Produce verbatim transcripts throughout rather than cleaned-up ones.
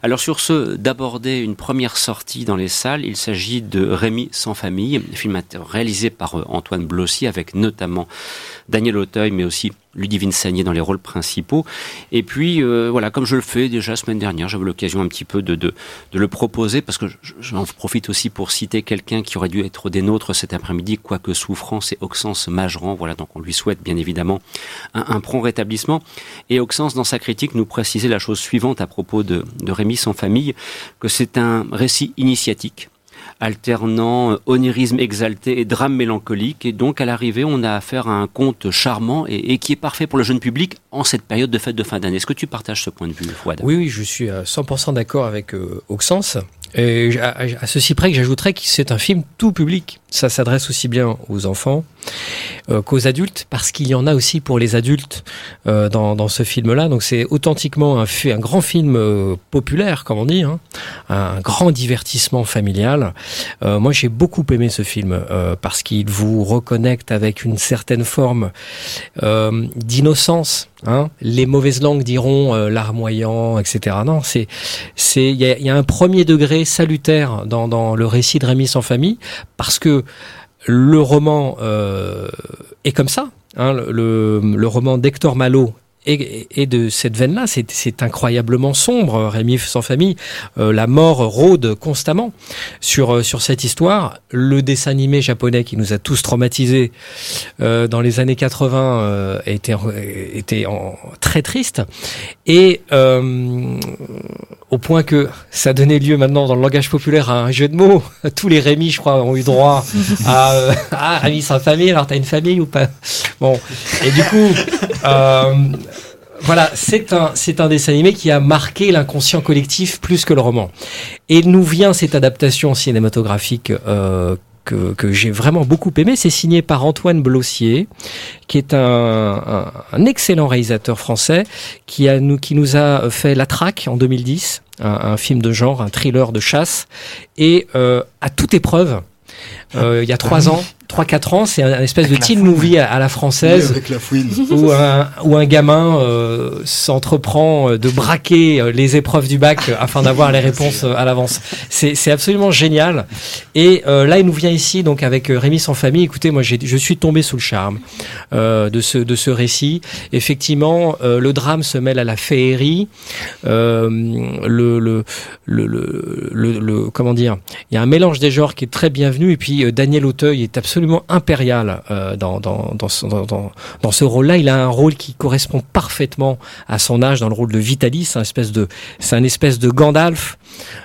Alors sur ce, d'aborder une première sortie dans les salles, il s'agit de Rémi sans famille, film réalisé par Antoine Blossier avec notamment Daniel Auteuil, mais aussi Ludivine Sagnier dans les rôles principaux. Et puis, euh, voilà, comme je le fais déjà la semaine dernière, j'avais l'occasion un petit peu de, de, de le proposer, parce que j'en profite aussi pour citer quelqu'un qui aurait dû être des nôtres cet après-midi, quoique souffrant, c'est Oxence Mageran. Voilà, donc on lui souhaite bien évidemment un, un prompt rétablissement. Et Oxence, dans sa critique, nous précisait la chose suivante à propos de, de Rémi sans famille, que c'est un récit initiatique, alternant onirisme exalté et drame mélancolique. Et donc, à l'arrivée, on a affaire à un conte charmant et, et qui est parfait pour le jeune public en cette période de fête de fin d'année. Est-ce que tu partages ce point de vue, Fouad ? Oui, oui, je suis à cent pour cent d'accord avec euh, Oxence. Et à, à ceci près que j'ajouterais que c'est un film tout public. Ça s'adresse aussi bien aux enfants euh, qu'aux adultes, parce qu'il y en a aussi pour les adultes euh, dans, dans ce film-là. Donc c'est authentiquement un, un grand film euh, populaire, comme on dit, hein, un grand divertissement familial. Euh, moi, j'ai beaucoup aimé ce film euh, parce qu'il vous reconnecte avec une certaine forme euh, d'innocence. Hein, les mauvaises langues diront euh, larmoyant, et cetera. Non, c'est, c'est, il y a, y a un premier degré salutaire dans, dans le récit de Rémi sans famille, parce que le roman euh, est comme ça. Hein, le, le roman d'Hector Malot et, et de cette veine-là, c'est, c'est incroyablement sombre. Rémi sans famille, euh, la mort rôde constamment sur sur cette histoire. Le dessin animé japonais qui nous a tous traumatisés euh, dans les années quatre-vingts euh, était était en, très triste, et euh, au point que ça donnait lieu maintenant dans le langage populaire à un jeu de mots. Tous les Rémi, je crois, ont eu droit à euh, ah, Rémi sans famille. Alors t'as une famille ou pas? Bon, et du coup. Euh, Voilà, c'est un, c'est un dessin animé qui a marqué l'inconscient collectif plus que le roman. Et nous vient cette adaptation cinématographique euh, que, que j'ai vraiment beaucoup aimé. C'est signé par Antoine Blossier, qui est un, un, un excellent réalisateur français, qui, a, nous, qui nous a fait La Traque en deux mille dix, un, un film de genre, un thriller de chasse, et euh, à toute épreuve, euh, il y a trois ans, trois quatre ans, c'est un, un espèce avec de teen fouine. Movie à, à la française, oui, avec la fouine. où un où un gamin euh, s'entreprend de braquer les épreuves du bac afin d'avoir les réponses à l'avance. C'est c'est absolument génial. Et euh, là, il nous vient ici donc avec Rémi sans famille. Écoutez, moi, j'ai, je suis tombé sous le charme euh, de ce de ce récit. Effectivement, euh, le drame se mêle à la féerie. Euh, le, le le le le le comment dire, il y a un mélange des genres qui est très bienvenu. Et puis euh, Daniel Auteuil est absolument impérial euh, dans, dans, dans, ce, dans, dans, dans ce rôle-là. Il a un rôle qui correspond parfaitement à son âge dans le rôle de Vitalis. C'est un espèce de, c'est un espèce de Gandalf.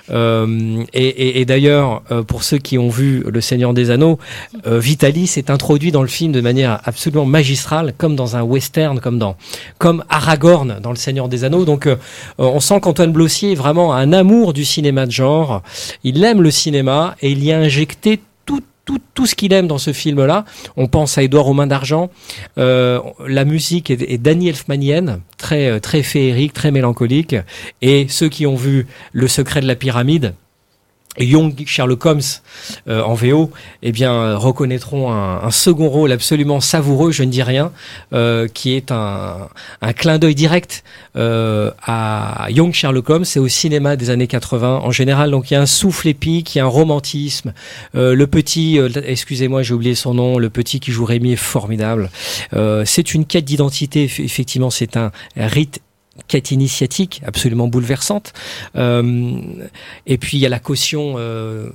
Euh, et, et, et d'ailleurs, euh, pour ceux qui ont vu Le Seigneur des Anneaux, euh, Vitalis est introduit dans le film de manière absolument magistrale, comme dans un western, comme dans, comme Aragorn dans Le Seigneur des Anneaux. Donc, euh, on sent qu'Antoine Blossier est vraiment un amour du cinéma de genre. Il aime le cinéma et il y a injecté tout Tout, tout ce qu'il aime dans ce film-là. On pense à Édouard aux Mains d'Argent. Euh, la musique est, est Danny Elfmanienne, très, très féerique, très mélancolique. Et ceux qui ont vu Le Secret de la Pyramide, Young Sherlock Holmes euh, en V O, eh bien euh, reconnaîtront un, un second rôle absolument savoureux, je ne dis rien, euh, qui est un, un clin d'œil direct euh, à Young Sherlock Holmes. C'est au cinéma des années quatre-vingts en général. Donc il y a un souffle épique, il y a un romantisme. Euh, le petit, euh, excusez-moi, j'ai oublié son nom. Le petit qui joue Rémi est formidable. Euh, c'est une quête d'identité. Effectivement, c'est un rite. Quête initiatique absolument bouleversante. Euh, et puis il y a la caution euh,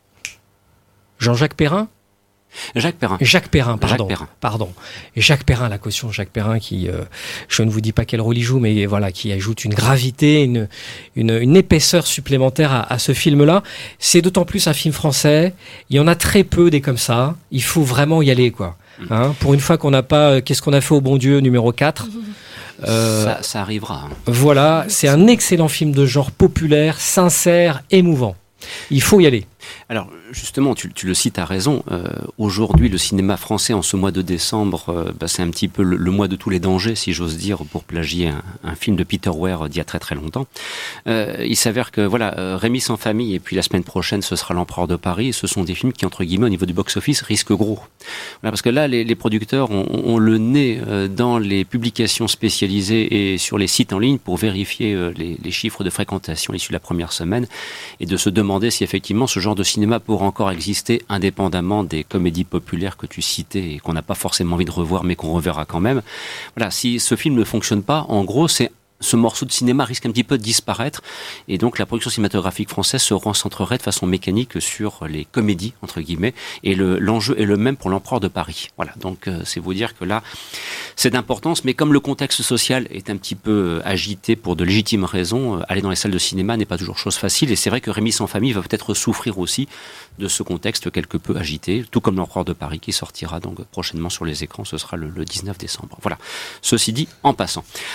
Jean-Jacques Perrin. Jacques Perrin. Jacques Perrin, pardon. Jacques Perrin. Pardon. Et Jacques Perrin, la caution Jacques Perrin, qui, euh, je ne vous dis pas quel rôle il joue, mais voilà, qui ajoute une gravité, une, une, une épaisseur supplémentaire à, à ce film-là. C'est d'autant plus un film français. Il y en a très peu des comme ça. Il faut vraiment y aller, quoi. Hein, pour une fois qu'on n'a pas, euh, qu'est-ce qu'on a fait au bon Dieu, numéro quatre. Euh, ça, ça arrivera. Hein. Voilà, c'est un excellent film de genre populaire, sincère, émouvant. Il faut y aller. Alors justement, tu, tu le cites à raison. Euh, aujourd'hui, le cinéma français en ce mois de décembre, euh, bah, c'est un petit peu le, le mois de tous les dangers, si j'ose dire, pour plagier un, un film de Peter Weir d'il y a très très longtemps. Euh, il s'avère que voilà, euh, Rémi sans famille et puis la semaine prochaine, ce sera L'Empereur de Paris. Ce sont des films qui, entre guillemets, au niveau du box-office, risquent gros. Voilà, parce que là, les, les producteurs ont, ont le nez euh, dans les publications spécialisées et sur les sites en ligne pour vérifier euh, les, les chiffres de fréquentation issus de la première semaine et de se demander si effectivement ce genre de cinéma pourra encore exister indépendamment des comédies populaires que tu citais et qu'on n'a pas forcément envie de revoir mais qu'on reverra quand même. Voilà, si ce film ne fonctionne pas, en gros, c'est ce morceau de cinéma risque un petit peu de disparaître et donc la production cinématographique française se concentrerait de façon mécanique sur les comédies entre guillemets et le, l'enjeu est le même pour L'Empereur de Paris. Voilà, donc euh, c'est vous dire que là c'est d'importance, mais comme le contexte social est un petit peu euh, agité pour de légitimes raisons, euh, aller dans les salles de cinéma n'est pas toujours chose facile et c'est vrai que Rémi sans famille va peut-être souffrir aussi de ce contexte quelque peu agité, tout comme L'Empereur de Paris qui sortira donc prochainement sur les écrans, ce sera le, le dix-neuf décembre. Voilà, ceci dit en passant.